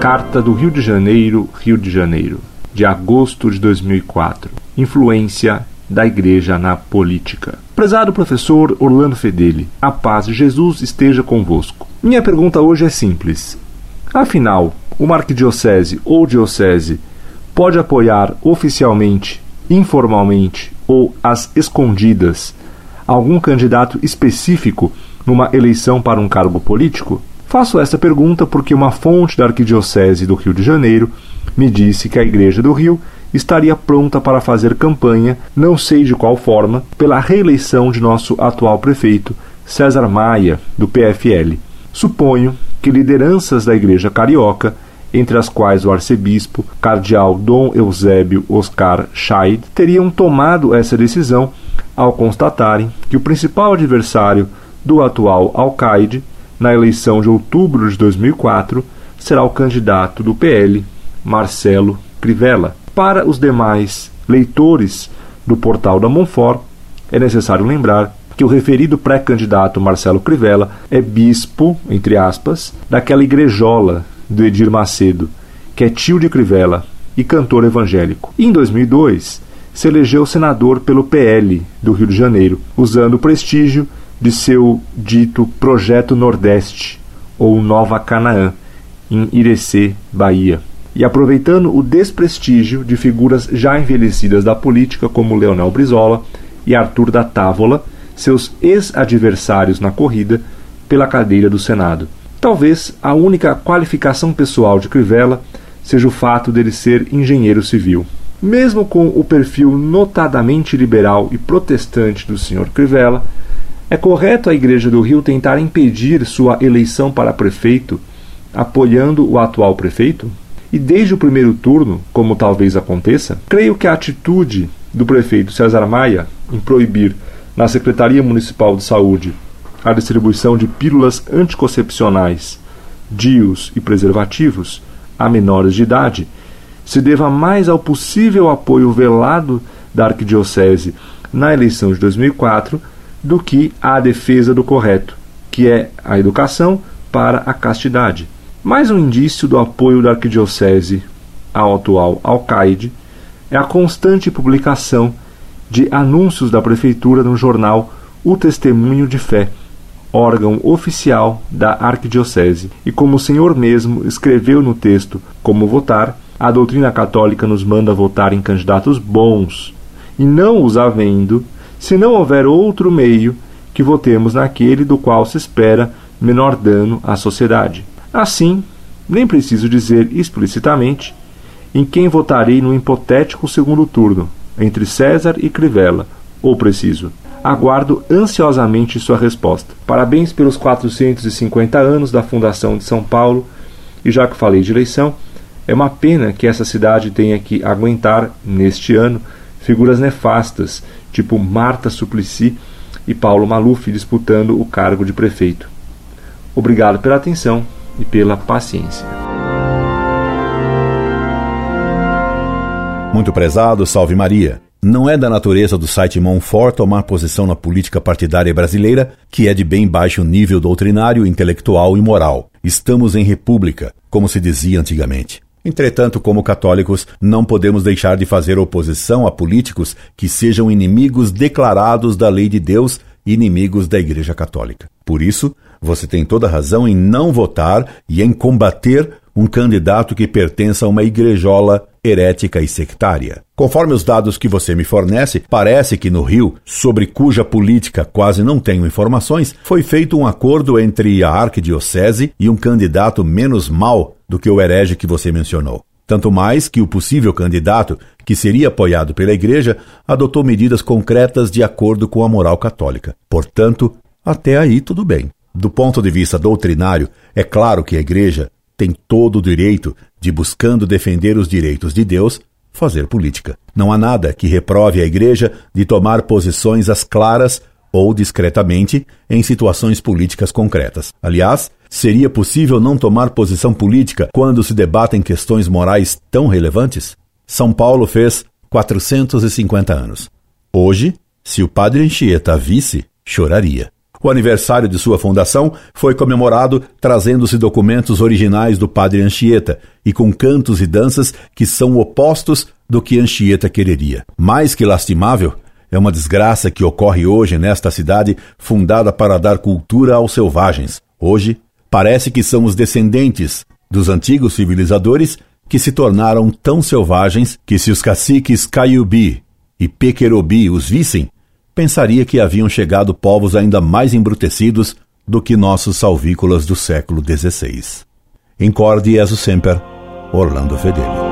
Carta do Rio de Janeiro, de agosto de 2004. Influência da Igreja na política. Prezado professor Orlando Fedeli, a paz de Jesus esteja convosco. Minha pergunta hoje é simples. Afinal, uma arquidiocese ou diocese pode apoiar oficialmente, informalmente ou às escondidas algum candidato específico numa eleição para um cargo político? Faço esta pergunta porque uma fonte da Arquidiocese do Rio de Janeiro me disse que a Igreja do Rio estaria pronta para fazer campanha, não sei de qual forma, pela reeleição de nosso atual prefeito, César Maia, do PFL. Suponho que lideranças da Igreja Carioca, entre as quais o arcebispo, cardeal Dom Eusébio Oscar Scheid, teriam tomado essa decisão ao constatarem que o principal adversário do atual alcaide, na eleição de outubro de 2004, será o candidato do PL, Marcelo Crivella. Para os demais leitores do Portal da Monfort, é necessário lembrar que o referido pré-candidato Marcelo Crivella é bispo, entre aspas, daquela igrejola do Edir Macedo, que é tio de Crivella e cantor evangélico. Em 2002, se elegeu senador pelo PL do Rio de Janeiro, usando o prestígio de seu dito Projeto Nordeste, ou Nova Canaã, em Irecê, Bahia. E aproveitando o desprestígio de figuras já envelhecidas da política como Leonel Brizola e Arthur da Távola, seus ex-adversários na corrida pela cadeira do Senado. Talvez a única qualificação pessoal de Crivella seja o fato dele ser engenheiro civil. Mesmo com o perfil notadamente liberal e protestante do Sr. Crivella, é correto a Igreja do Rio tentar impedir sua eleição para prefeito, apoiando o atual prefeito? E desde o primeiro turno, como talvez aconteça, creio que a atitude do prefeito César Maia em proibir na Secretaria Municipal de Saúde a distribuição de pílulas anticoncepcionais, DIUs e preservativos a menores de idade se deva mais ao possível apoio velado da Arquidiocese na eleição de 2004 do que à defesa do correto, que é a educação para a castidade. Mais um indício do apoio da Arquidiocese ao atual alcaide é a constante publicação de anúncios da Prefeitura no jornal O Testemunho de Fé, órgão oficial da Arquidiocese. E como o senhor mesmo escreveu no texto Como Votar, a doutrina católica nos manda votar em candidatos bons, e não os havendo, se não houver outro meio, que votemos naquele do qual se espera menor dano à sociedade. Assim, nem preciso dizer explicitamente em quem votarei no hipotético segundo turno, entre César e Crivella, ou preciso. Aguardo ansiosamente sua resposta. Parabéns pelos 450 anos da fundação de São Paulo, e já que falei de eleição, é uma pena que essa cidade tenha que aguentar, neste ano, figuras nefastas, tipo Marta Suplicy e Paulo Maluf disputando o cargo de prefeito. Obrigado pela atenção e pela paciência. Muito prezado, salve Maria. Não é da natureza do site Monfort tomar posição na política partidária brasileira, que é de bem baixo nível doutrinário, intelectual e moral. Estamos em república, como se dizia antigamente. Entretanto, como católicos, não podemos deixar de fazer oposição a políticos que sejam inimigos declarados da lei de Deus e inimigos da Igreja Católica. Por isso, você tem toda razão em não votar e em combater um candidato que pertença a uma igrejola herética e sectária. Conforme os dados que você me fornece, parece que no Rio, sobre cuja política quase não tenho informações, foi feito um acordo entre a arquidiocese e um candidato menos mau do que o herege que você mencionou. Tanto mais que o possível candidato, que seria apoiado pela Igreja, adotou medidas concretas de acordo com a moral católica. Portanto, até aí tudo bem. Do ponto de vista doutrinário, é claro que a Igreja tem todo o direito de, buscando defender os direitos de Deus, fazer política. Não há nada que reprove a Igreja de tomar posições às claras ou discretamente em situações políticas concretas. Aliás, seria possível não tomar posição política quando se debatem questões morais tão relevantes? São Paulo fez 450 anos. Hoje, se o padre Anchieta visse, choraria. O aniversário de sua fundação foi comemorado trazendo-se documentos originais do padre Anchieta e com cantos e danças que são opostos do que Anchieta quereria. Mais que lastimável, é uma desgraça que ocorre hoje nesta cidade fundada para dar cultura aos selvagens. Hoje, parece que são os descendentes dos antigos civilizadores que se tornaram tão selvagens que se os caciques Caiubi e Pequerobi os vissem, pensaria que haviam chegado povos ainda mais embrutecidos do que nossos salvícolas do século XVI. Incorde Jesus Semper, Orlando Fedeli.